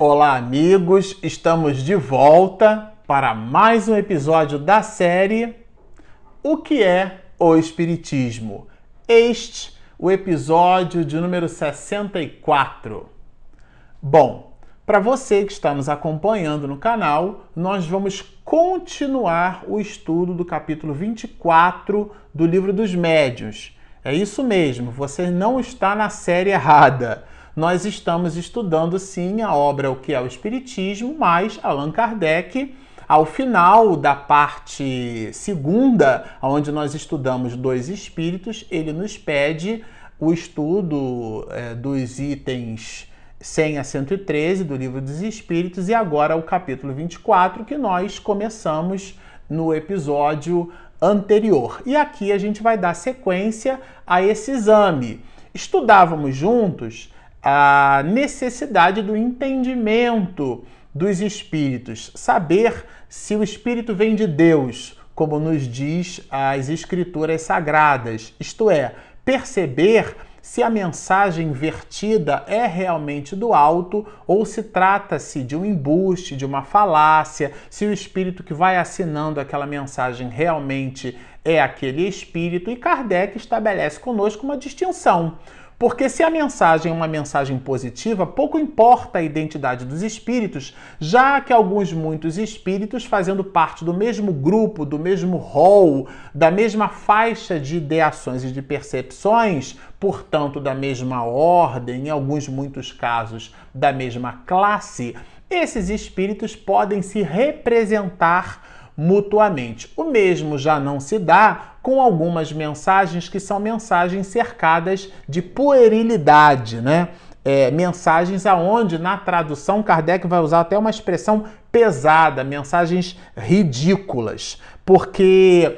Olá, amigos! Estamos de volta para mais um episódio da série O que é o Espiritismo? Este, o episódio de número 64. Bom, para você que está nos acompanhando no canal, nós vamos continuar o estudo do capítulo 24 do Livro dos Médiuns. É isso mesmo, você não está na série errada. Nós estamos estudando, sim, a obra O que é o Espiritismo, mas Allan Kardec, ao final da parte segunda, onde nós estudamos dois espíritos, ele nos pede o estudo dos itens 100 a 113 do Livro dos Espíritos e agora o capítulo 24, que nós começamos no episódio anterior. E aqui a gente vai dar sequência a esse exame. Estudávamos juntos a necessidade do entendimento dos espíritos, saber se o espírito vem de Deus, como nos diz as escrituras sagradas, isto é, perceber se a mensagem vertida é realmente do alto ou se trata-se de um embuste, de uma falácia, se o espírito que vai assinando aquela mensagem realmente é aquele espírito, e Kardec estabelece conosco uma distinção. Porque se a mensagem é uma mensagem positiva, pouco importa a identidade dos espíritos, já que muitos espíritos, fazendo parte do mesmo grupo, do mesmo rol, da mesma faixa de ideações e de percepções, portanto da mesma ordem, em muitos casos da mesma classe, esses espíritos podem se representar mutuamente. O mesmo já não se dá com algumas mensagens que são mensagens cercadas de puerilidade, né? Mensagens aonde, na tradução, Kardec vai usar até uma expressão pesada, mensagens ridículas, porque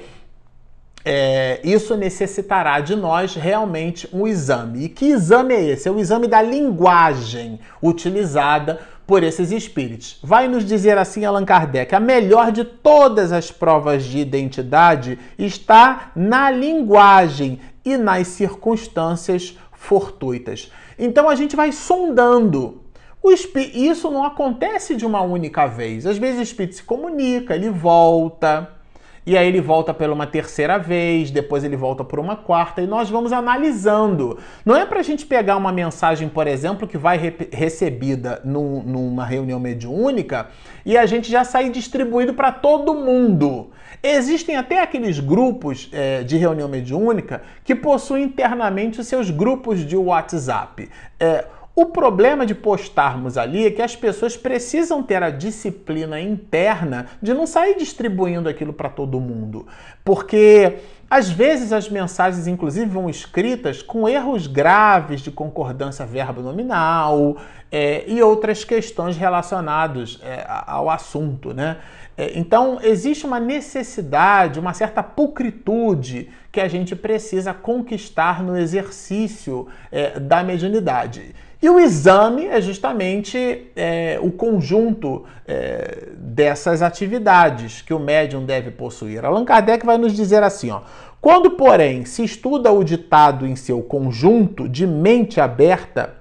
isso necessitará de nós realmente um exame. E que exame é esse? É o exame da linguagem utilizada por esses espíritos. Vai nos dizer assim Allan Kardec: a melhor de todas as provas de identidade está na linguagem e nas circunstâncias fortuitas. Então a gente vai sondando. Isso não acontece de uma única vez. Às vezes o espírito se comunica, ele volta, e aí ele volta pela uma terceira vez, depois ele volta por uma quarta, e nós vamos analisando. Não é para a gente pegar uma mensagem, por exemplo, que vai recebida numa reunião mediúnica e a gente já sair distribuído para todo mundo. Existem até aqueles grupos de reunião mediúnica que possuem internamente os seus grupos de WhatsApp. O problema de postarmos ali é que as pessoas precisam ter a disciplina interna de não sair distribuindo aquilo para todo mundo. Porque, às vezes, as mensagens, inclusive, vão escritas com erros graves de concordância verbo-nominal e outras questões relacionadas ao assunto, né? Então, existe uma necessidade, uma certa pulcritude que a gente precisa conquistar no exercício da mediunidade. E o exame é justamente o conjunto dessas atividades que o médium deve possuir. Allan Kardec vai nos dizer assim, ó: quando, porém, se estuda o ditado em seu conjunto, de mente aberta,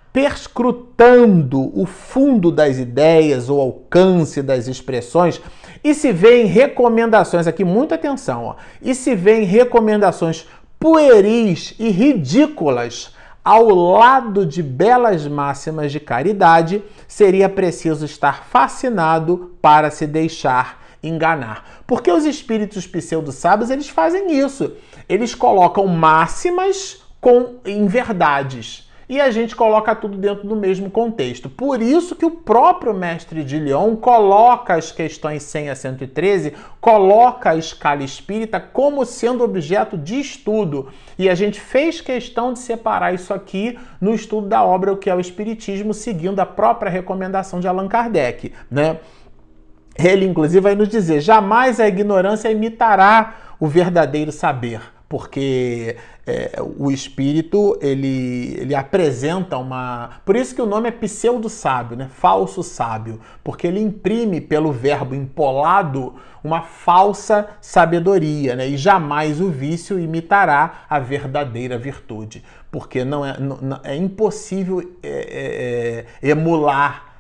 perscrutando o fundo das ideias, o alcance das expressões, e se vêem recomendações, aqui muita atenção, ó, e se vêem recomendações pueris e ridículas ao lado de belas máximas de caridade, seria preciso estar fascinado para se deixar enganar. Porque os espíritos pseudo-sábios, eles fazem isso. Eles colocam máximas em verdades. E a gente coloca tudo dentro do mesmo contexto. Por isso que o próprio mestre de Lyon coloca as questões 100 a 113, coloca a escala espírita como sendo objeto de estudo. E a gente fez questão de separar isso aqui no estudo da obra O que é o Espiritismo, seguindo a própria recomendação de Allan Kardec, né? Ele, inclusive, vai nos dizer: jamais a ignorância imitará o verdadeiro saber. Porque o espírito, ele apresenta uma... Por isso que o nome é pseudo-sábio, né? Falso sábio. Porque ele imprime, pelo verbo empolado, uma falsa sabedoria, né? E jamais o vício imitará a verdadeira virtude. Porque é impossível emular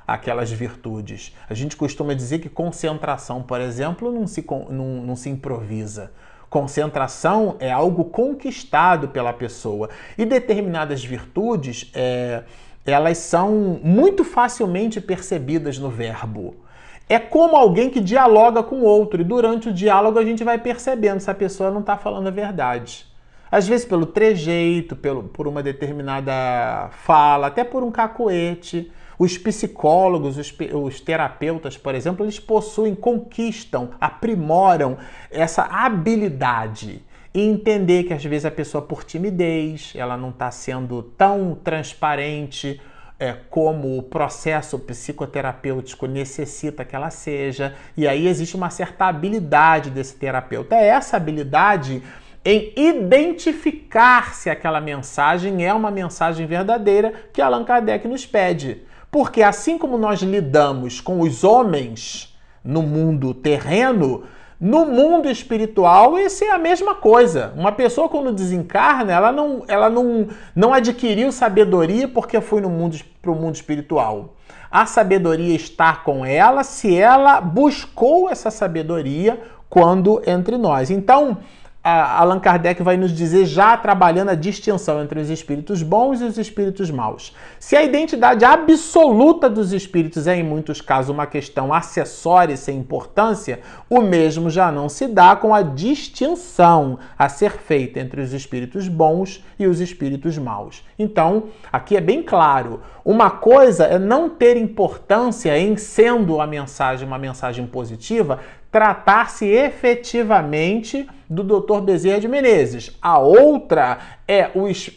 aquelas virtudes. A gente costuma dizer que concentração, por exemplo, não se improvisa. Concentração é algo conquistado pela pessoa. E determinadas virtudes, elas são muito facilmente percebidas no verbo. É como alguém que dialoga com o outro, e durante o diálogo a gente vai percebendo se a pessoa não está falando a verdade. Às vezes pelo trejeito, por uma determinada fala, até por um cacoete. Os psicólogos, os terapeutas, por exemplo, eles conquistam, aprimoram essa habilidade e entender que às vezes a pessoa, por timidez, ela não está sendo tão transparente como o processo psicoterapêutico necessita que ela seja, e aí existe uma certa habilidade desse terapeuta. É essa habilidade em identificar se aquela mensagem é uma mensagem verdadeira que Allan Kardec nos pede. Porque assim como nós lidamos com os homens no mundo terreno, no mundo espiritual isso é a mesma coisa. Uma pessoa quando desencarna, ela não adquiriu sabedoria porque foi para o mundo espiritual. A sabedoria está com ela se ela buscou essa sabedoria quando entre nós. Então, Allan Kardec vai nos dizer, já trabalhando a distinção entre os espíritos bons e os espíritos maus. Se a identidade absoluta dos espíritos é, em muitos casos, uma questão acessória e sem importância, o mesmo já não se dá com a distinção a ser feita entre os espíritos bons e os espíritos maus. Então, aqui é bem claro, uma coisa é não ter importância em, sendo a mensagem uma mensagem positiva, tratar-se efetivamente do Dr. Bezerra de Menezes. A outra é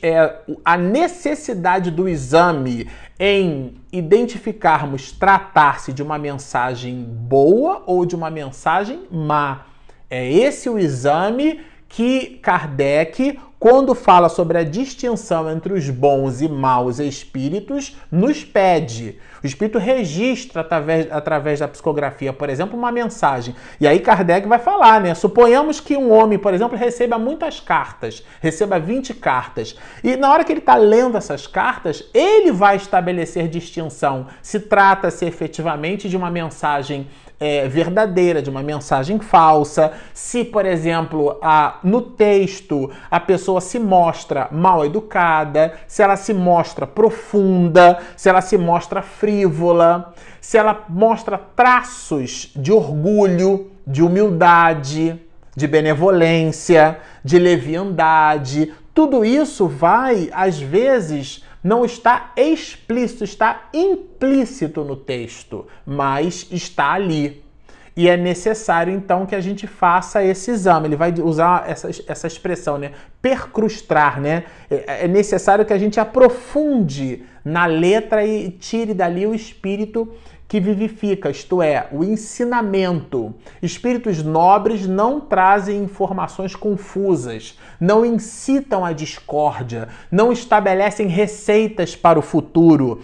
a necessidade do exame em identificarmos tratar-se de uma mensagem boa ou de uma mensagem má. É esse o exame que Kardec, quando fala sobre a distinção entre os bons e maus espíritos, nos pede. O espírito registra através da psicografia, por exemplo, uma mensagem. E aí Kardec vai falar, né? Suponhamos que um homem, por exemplo, receba muitas cartas, receba 20 cartas. E na hora que ele está lendo essas cartas, ele vai estabelecer distinção se trata-se efetivamente de uma mensagem verdadeira, de uma mensagem falsa. Se, por exemplo, no texto a pessoa se mostra mal educada, se ela se mostra profunda, se ela se mostra frívola, se ela mostra traços de orgulho, de humildade, de benevolência, de leviandade, tudo isso vai, às vezes, não está explícito, está implícito no texto, mas está ali. E é necessário, então, que a gente faça esse exame. Ele vai usar essa expressão, né? Percrustrar, né? É necessário que a gente aprofunde na letra e tire dali o espírito que vivifica, isto é, o ensinamento. Espíritos nobres não trazem informações confusas, não incitam a discórdia, não estabelecem receitas para o futuro.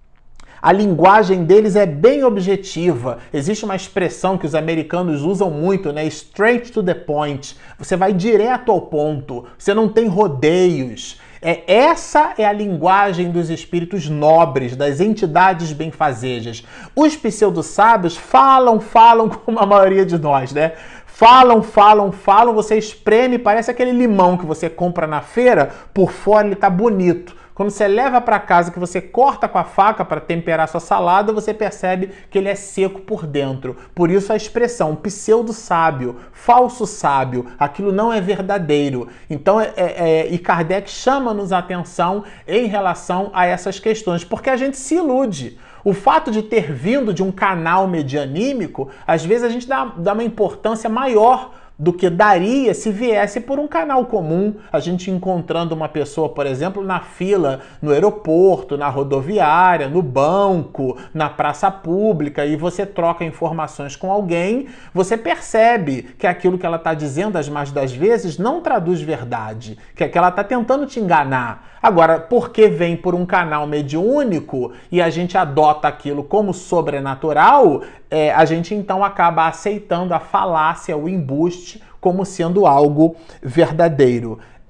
A linguagem deles é bem objetiva. Existe uma expressão que os americanos usam muito, né? Straight to the point. Você vai direto ao ponto, você não tem rodeios. Essa é a linguagem dos espíritos nobres, das entidades benfazejas. Os pseudo-sábios falam como a maioria de nós, né? Falam, você espreme, parece aquele limão que você compra na feira, por fora ele tá bonito. Quando você leva para casa, que você corta com a faca para temperar sua salada, você percebe que ele é seco por dentro. Por isso a expressão pseudo-sábio, falso sábio, aquilo não é verdadeiro. Então, e Kardec chama-nos a atenção em relação a essas questões, porque a gente se ilude. O fato de ter vindo de um canal medianímico, às vezes a gente dá uma importância maior do que daria se viesse por um canal comum, a gente encontrando uma pessoa, por exemplo, na fila, no aeroporto, na rodoviária, no banco, na praça pública, e você troca informações com alguém, você percebe que aquilo que ela está dizendo, as mais das vezes, não traduz verdade, que ela está tentando te enganar. Agora, porque vem por um canal mediúnico e a gente adota aquilo como sobrenatural, a gente então acaba aceitando a falácia, o embuste, como sendo algo verdadeiro.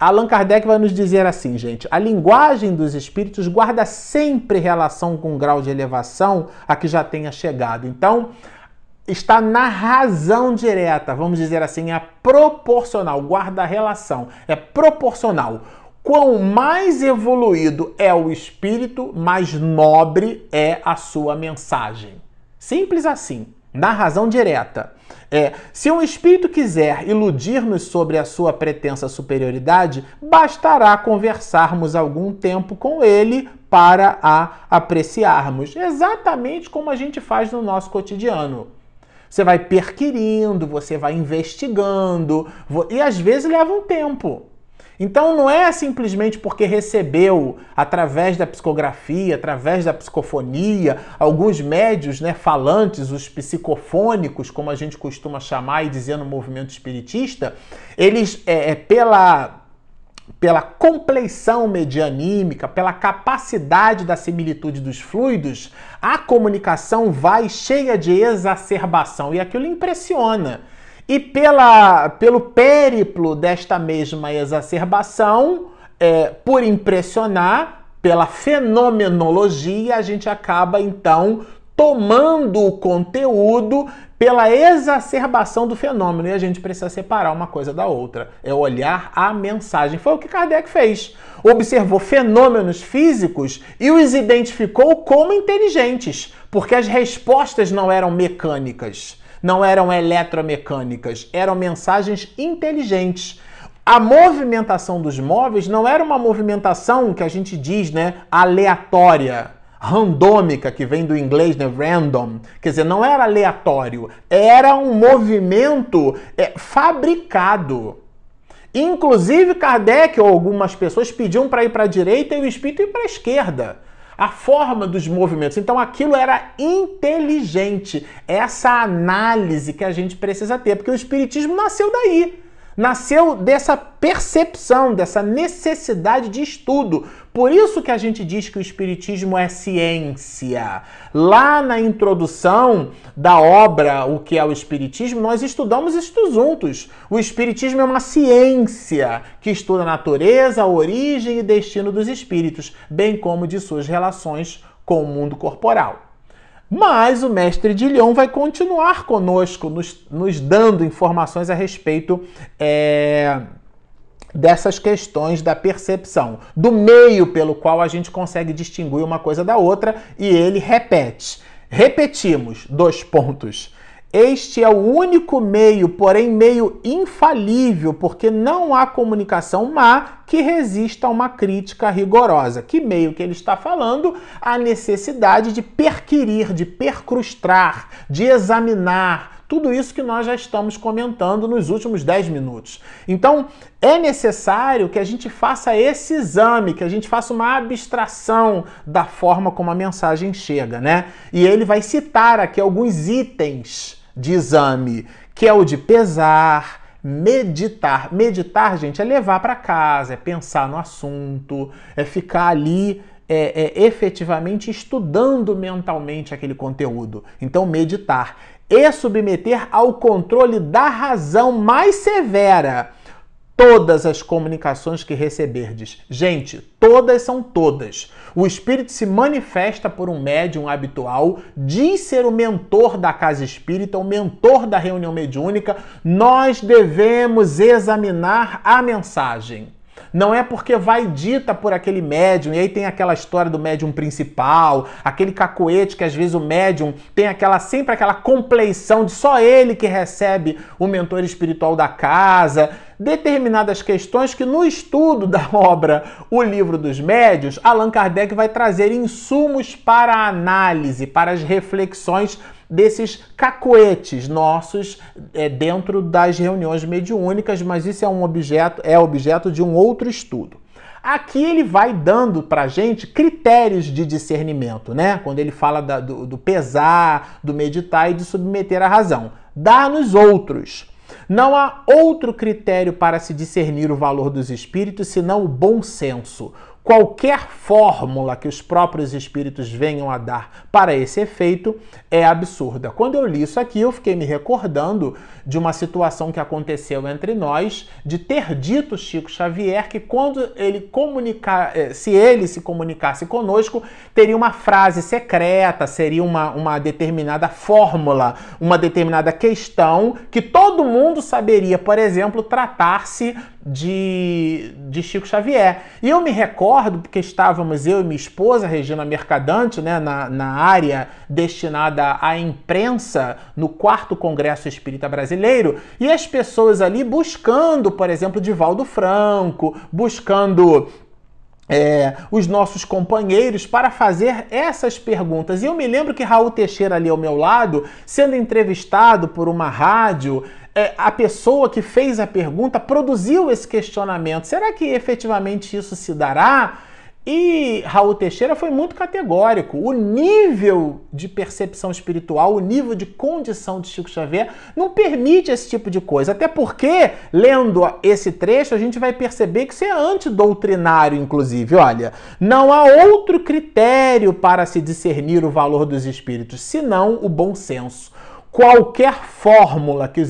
Allan Kardec vai nos dizer assim, gente: a linguagem dos espíritos guarda sempre relação com o grau de elevação a que já tenha chegado. Então, está na razão direta, vamos dizer assim, é proporcional, guarda a relação, é proporcional. Quanto mais evoluído é o espírito, mais nobre é a sua mensagem. Simples assim, na razão direta. Se um espírito quiser iludir-nos sobre a sua pretensa superioridade, bastará conversarmos algum tempo com ele para a apreciarmos, exatamente como a gente faz no nosso cotidiano. Você vai perquirindo, você vai investigando, e às vezes leva um tempo. Então não é simplesmente porque recebeu, através da psicografia, através da psicofonia, alguns médios, né, falantes, os psicofônicos, como a gente costuma chamar e dizer no movimento espiritista, eles, pela compleição medianímica, pela capacidade da similitude dos fluidos, a comunicação vai cheia de exacerbação e aquilo impressiona. E pelo périplo desta mesma exacerbação, por impressionar, pela fenomenologia, a gente acaba então tomando o conteúdo pela exacerbação do fenômeno. E a gente precisa separar uma coisa da outra. É olhar a mensagem. Foi o que Kardec fez. Observou fenômenos físicos e os identificou como inteligentes, porque as respostas não eram mecânicas. Não eram eletromecânicas, eram mensagens inteligentes. A movimentação dos móveis não era uma movimentação que a gente diz, né, aleatória, randômica, que vem do inglês, né, random. Quer dizer, não era aleatório, era um movimento fabricado. Inclusive, Kardec ou algumas pessoas pediam para ir para a direita e o espírito ir para a esquerda. A forma dos movimentos. Então aquilo era inteligente. Essa análise que a gente precisa ter, porque o espiritismo nasceu daí. Nasceu dessa percepção, dessa necessidade de estudo. Por isso que a gente diz que o espiritismo é ciência. Lá na introdução da obra O que é o Espiritismo, nós estudamos isso juntos. O espiritismo é uma ciência que estuda a natureza, a origem e destino dos espíritos, bem como de suas relações com o mundo corporal. Mas o mestre de Lyon vai continuar conosco, nos dando informações a respeito dessas questões da percepção, do meio pelo qual a gente consegue distinguir uma coisa da outra, e ele repete. Repetimos, 2 pontos. Este é o único meio, porém meio infalível, porque não há comunicação má que resista a uma crítica rigorosa. Que meio que ele está falando? A necessidade de perquirir, de percrustar, de examinar, tudo isso que nós já estamos comentando nos últimos 10 minutos. Então, é necessário que a gente faça esse exame, que a gente faça uma abstração da forma como a mensagem chega, né? E ele vai citar aqui alguns itens de exame, que é o de pesar, meditar. Meditar, gente, é levar para casa, é pensar no assunto, é ficar ali efetivamente estudando mentalmente aquele conteúdo. Então, meditar. E submeter ao controle da razão mais severa todas as comunicações que receberdes. Gente, todas são todas. O espírito se manifesta por um médium habitual, diz ser o mentor da casa espírita, o mentor da reunião mediúnica. Nós devemos examinar a mensagem. Não é porque vai dita por aquele médium, e aí tem aquela história do médium principal, aquele cacoete que às vezes o médium tem sempre aquela compleição de só ele que recebe o mentor espiritual da casa, determinadas questões que no estudo da obra O Livro dos Médiuns, Allan Kardec vai trazer insumos para a análise, para as reflexões desses cacoetes nossos dentro das reuniões mediúnicas, mas isso é objeto de um outro estudo. Aqui ele vai dando para a gente critérios de discernimento, né? Quando ele fala do pesar, do meditar e de submeter à razão. Dá-nos outros. Não há outro critério para se discernir o valor dos espíritos senão o bom senso. qualquer fórmula que os próprios espíritos venham a dar para esse efeito é absurda. Quando eu li isso aqui, eu fiquei me recordando de uma situação que aconteceu entre nós, de ter dito Chico Xavier que quando ele se ele se comunicasse conosco, teria uma frase secreta, seria uma determinada fórmula, uma determinada questão que todo mundo saberia, por exemplo, tratar-se de Chico Xavier. E eu me recordo, porque estávamos eu e minha esposa, Regina Mercadante, né, na área destinada à imprensa, no 4º Congresso Espírita Brasileiro, e as pessoas ali buscando, por exemplo, Divaldo Franco, buscando os nossos companheiros para fazer essas perguntas. E eu me lembro que Raul Teixeira ali ao meu lado, sendo entrevistado por uma rádio, a pessoa que fez a pergunta produziu esse questionamento. Será que efetivamente isso se dará? E Raul Teixeira foi muito categórico. O nível de percepção espiritual, o nível de condição de Chico Xavier não permite esse tipo de coisa. Até porque, lendo esse trecho, a gente vai perceber que isso é antidoutrinário, inclusive. Olha, não há outro critério para se discernir o valor dos espíritos, senão o bom senso. Qualquer fórmula que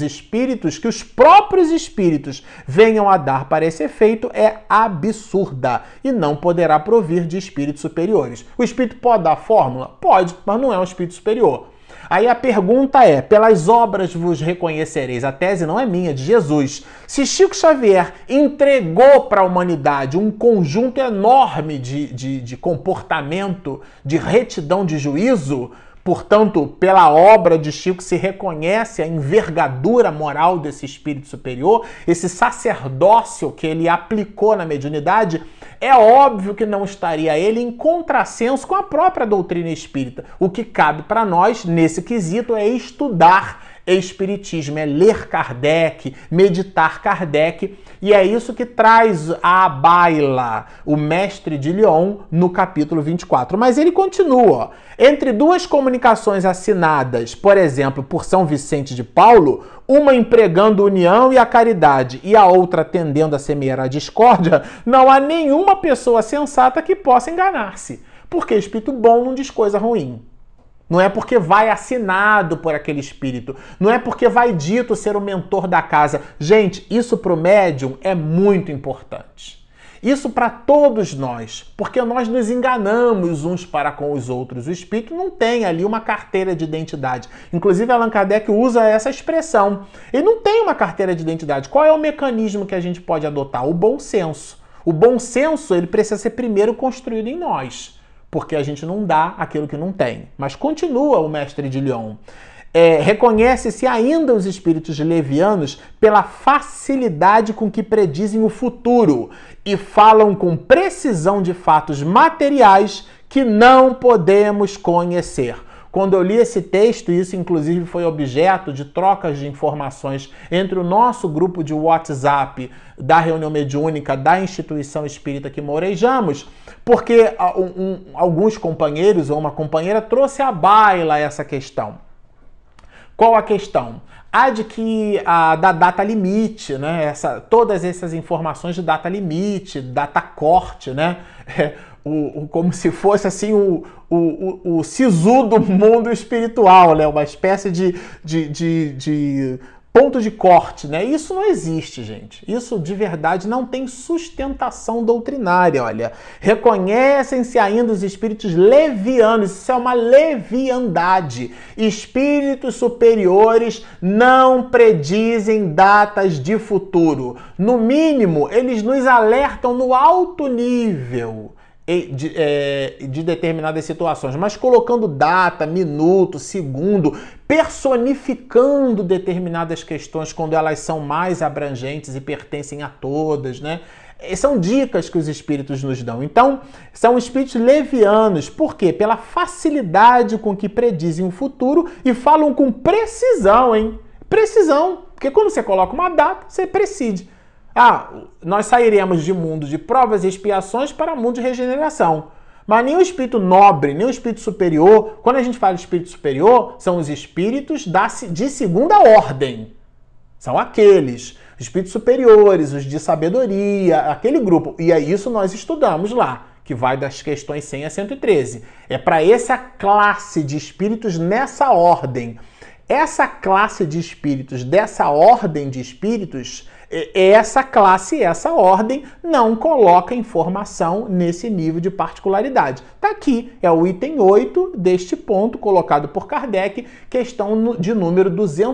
os próprios espíritos venham a dar para esse efeito é absurda e não poderá provir de espíritos superiores. O espírito pode dar fórmula? Pode, mas não é um espírito superior. Aí a pergunta é, pelas obras vos reconhecereis. A tese não é minha, é de Jesus. Se Chico Xavier entregou para a humanidade um conjunto enorme de comportamento, de retidão de juízo, portanto, pela obra de Chico se reconhece a envergadura moral desse espírito superior, esse sacerdócio que ele aplicou na mediunidade, é óbvio que não estaria ele em contrassenso com a própria doutrina espírita. O que cabe para nós, nesse quesito, é estudar espiritismo, é ler Kardec, meditar Kardec, e é isso que traz à baila o mestre de Lyon no capítulo 24. Mas ele continua, entre duas comunicações assinadas, por exemplo, por São Vicente de Paulo, uma empregando união e a caridade e a outra tendendo a semear a discórdia, não há nenhuma pessoa sensata que possa enganar-se, porque espírito bom não diz coisa ruim. Não é porque vai assinado por aquele espírito. Não é porque vai dito ser o mentor da casa. Gente, isso para o médium é muito importante. Isso para todos nós, porque nós nos enganamos uns para com os outros. O espírito não tem ali uma carteira de identidade. Inclusive, Allan Kardec usa essa expressão. Ele não tem uma carteira de identidade. Qual é o mecanismo que a gente pode adotar? O bom senso. O bom senso, ele precisa ser primeiro construído em nós, porque a gente não dá aquilo que não tem. Mas continua o mestre de Lyon. Reconhece-se ainda os espíritos levianos pela facilidade com que predizem o futuro e falam com precisão de fatos materiais que não podemos conhecer. Quando eu li esse texto, isso inclusive foi objeto de trocas de informações entre o nosso grupo de WhatsApp da reunião mediúnica da instituição espírita que morejamos, porque alguns companheiros ou uma companheira trouxe à baila essa questão. Qual a questão? A de que da data limite, né? Todas essas informações de data limite, data corte, né? Como se fosse assim o sisu do mundo espiritual, né? Uma espécie de ponto de corte, né? Isso não existe, gente. Isso de verdade não tem sustentação doutrinária, olha. Reconhecem-se ainda os espíritos levianos, isso é uma leviandade. Espíritos superiores não predizem datas de futuro. No mínimo, eles nos alertam no alto nível de determinadas situações, mas colocando data, minuto, segundo, personificando determinadas questões quando elas são mais abrangentes e pertencem a todas, né? São dicas que os espíritos nos dão. Então, são espíritos levianos. Por quê? Pela facilidade com que predizem o futuro e falam com precisão, hein? Precisão. Porque quando você coloca uma data, você precede. Nós sairemos de mundo de provas e expiações para mundo de regeneração. Mas nem o espírito nobre, nem o espírito superior, quando a gente fala de espírito superior, são os espíritos de segunda ordem. São aqueles. espíritos superiores, os de sabedoria, aquele grupo. E é isso nós estudamos lá, que vai das questões 100 a 113. É para essa classe de espíritos nessa ordem. Essa classe de espíritos, dessa ordem de espíritos, essa classe, essa ordem, não coloca informação nesse nível de particularidade. Está aqui, é o item 8 deste ponto, colocado por Kardec, questão de número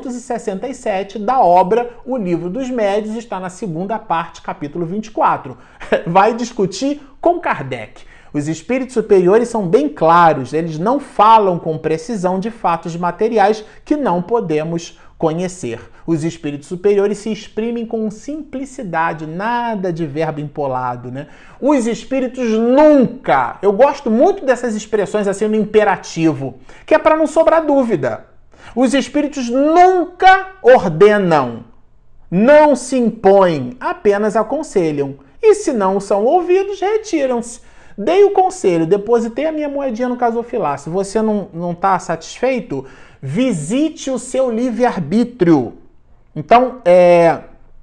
267 da obra O Livro dos Médiuns, está na segunda parte, capítulo 24. Vai discutir com Kardec. Os espíritos superiores são bem claros, eles não falam com precisão de fatos materiais que não podemos conhecer. Os espíritos superiores se exprimem com simplicidade, nada de verbo empolado, né? Os espíritos nunca, eu gosto muito dessas expressões assim no imperativo, que é para não sobrar dúvida. Os espíritos nunca ordenam, não se impõem, apenas aconselham. E se não são ouvidos, retiram-se. Dei o conselho, depositei a minha moedinha no Casofilar. Se você não está satisfeito, visite o seu livre-arbítrio. Então, é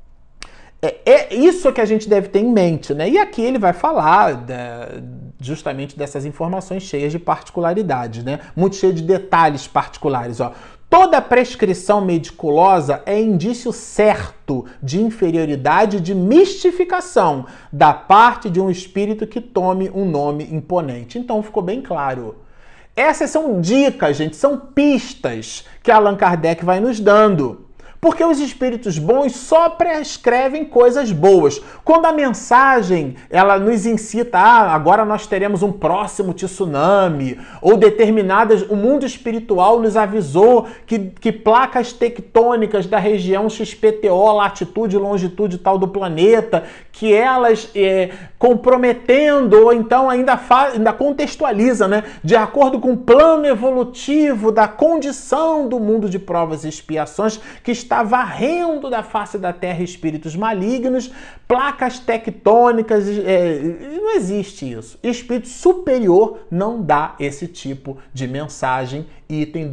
isso que a gente deve ter em mente, né? E aqui ele vai falar justamente dessas informações cheias de particularidades, né? Muito cheio de detalhes particulares, ó. Toda prescrição meticulosa é indício certo de inferioridade e de mistificação da parte de um espírito que tome um nome imponente. Então ficou bem claro. Essas são dicas, gente, são pistas que Allan Kardec vai nos dando. Porque os espíritos bons só prescrevem coisas boas. Quando a mensagem ela nos incita, agora nós teremos um próximo tsunami, ou determinadas, o mundo espiritual nos avisou que placas tectônicas da região XPTO, latitude e longitude tal do planeta, que elas comprometendo, ou então ainda contextualiza, né, de acordo com o plano evolutivo da condição do mundo de provas e expiações, que está varrendo da face da Terra espíritos malignos, placas tectônicas, não existe isso. Espírito superior não dá esse tipo de mensagem. Item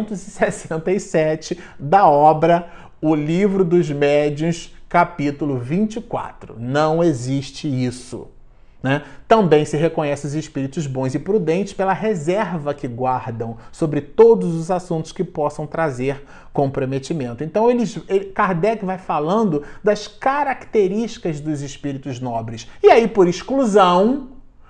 267 da obra O Livro dos Médiuns, capítulo 24. Não existe isso. Né? Também se reconhece os espíritos bons e prudentes pela reserva que guardam sobre todos os assuntos que possam trazer comprometimento. Então, Kardec vai falando das características dos espíritos nobres. E aí, por exclusão,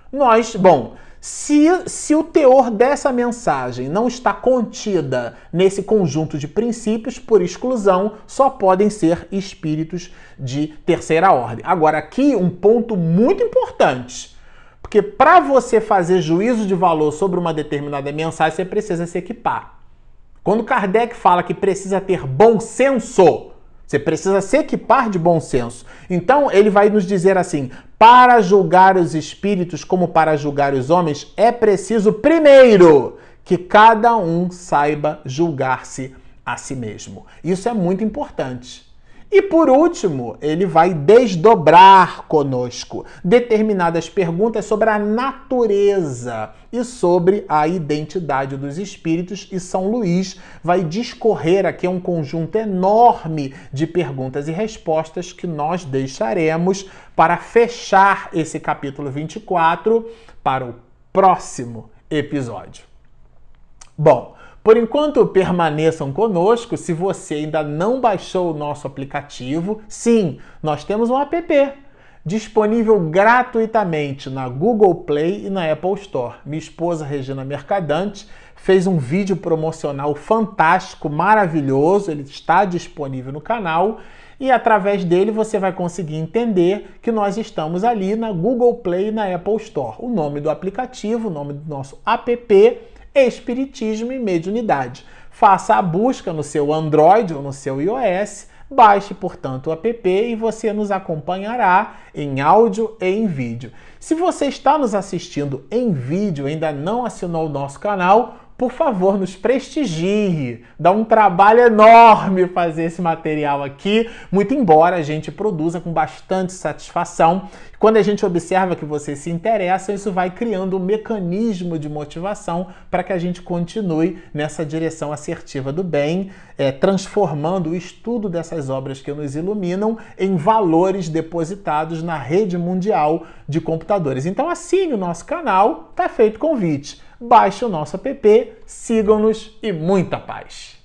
se o teor dessa mensagem não está contida nesse conjunto de princípios, por exclusão, só podem ser espíritos de terceira ordem. Agora, aqui um ponto muito importante, porque para você fazer juízo de valor sobre uma determinada mensagem, você precisa se equipar. Quando Kardec fala que precisa ter bom senso, você precisa se equipar de bom senso. Então, ele vai nos dizer assim: para julgar os espíritos como para julgar os homens, é preciso, primeiro, que cada um saiba julgar-se a si mesmo. Isso é muito importante. E por último, ele vai desdobrar conosco determinadas perguntas sobre a natureza e sobre a identidade dos espíritos, e São Luís vai discorrer aqui um conjunto enorme de perguntas e respostas que nós deixaremos para fechar esse capítulo 24 para o próximo episódio. Bom, por enquanto, permaneçam conosco. Se você ainda não baixou o nosso aplicativo, sim, nós temos um app disponível gratuitamente na Google Play e na Apple Store. Minha esposa, Regina Mercadante, fez um vídeo promocional fantástico, maravilhoso, ele está disponível no canal e através dele você vai conseguir entender que nós estamos ali na Google Play e na Apple Store. O nome do aplicativo, o nome do nosso app, Espiritismo e Mediunidade. Faça a busca no seu Android ou no seu iOS, baixe, portanto, o app e você nos acompanhará em áudio e em vídeo. Se você está nos assistindo em vídeo e ainda não assinou o nosso canal, por favor, nos prestigie. Dá um trabalho enorme fazer esse material aqui, muito embora a gente produza com bastante satisfação. Quando a gente observa que vocês se interessam, isso vai criando um mecanismo de motivação para que a gente continue nessa direção assertiva do bem, transformando o estudo dessas obras que nos iluminam em valores depositados na rede mundial de computadores. Então assine o nosso canal, tá feito o convite. Baixe o nosso app, sigam-nos e muita paz!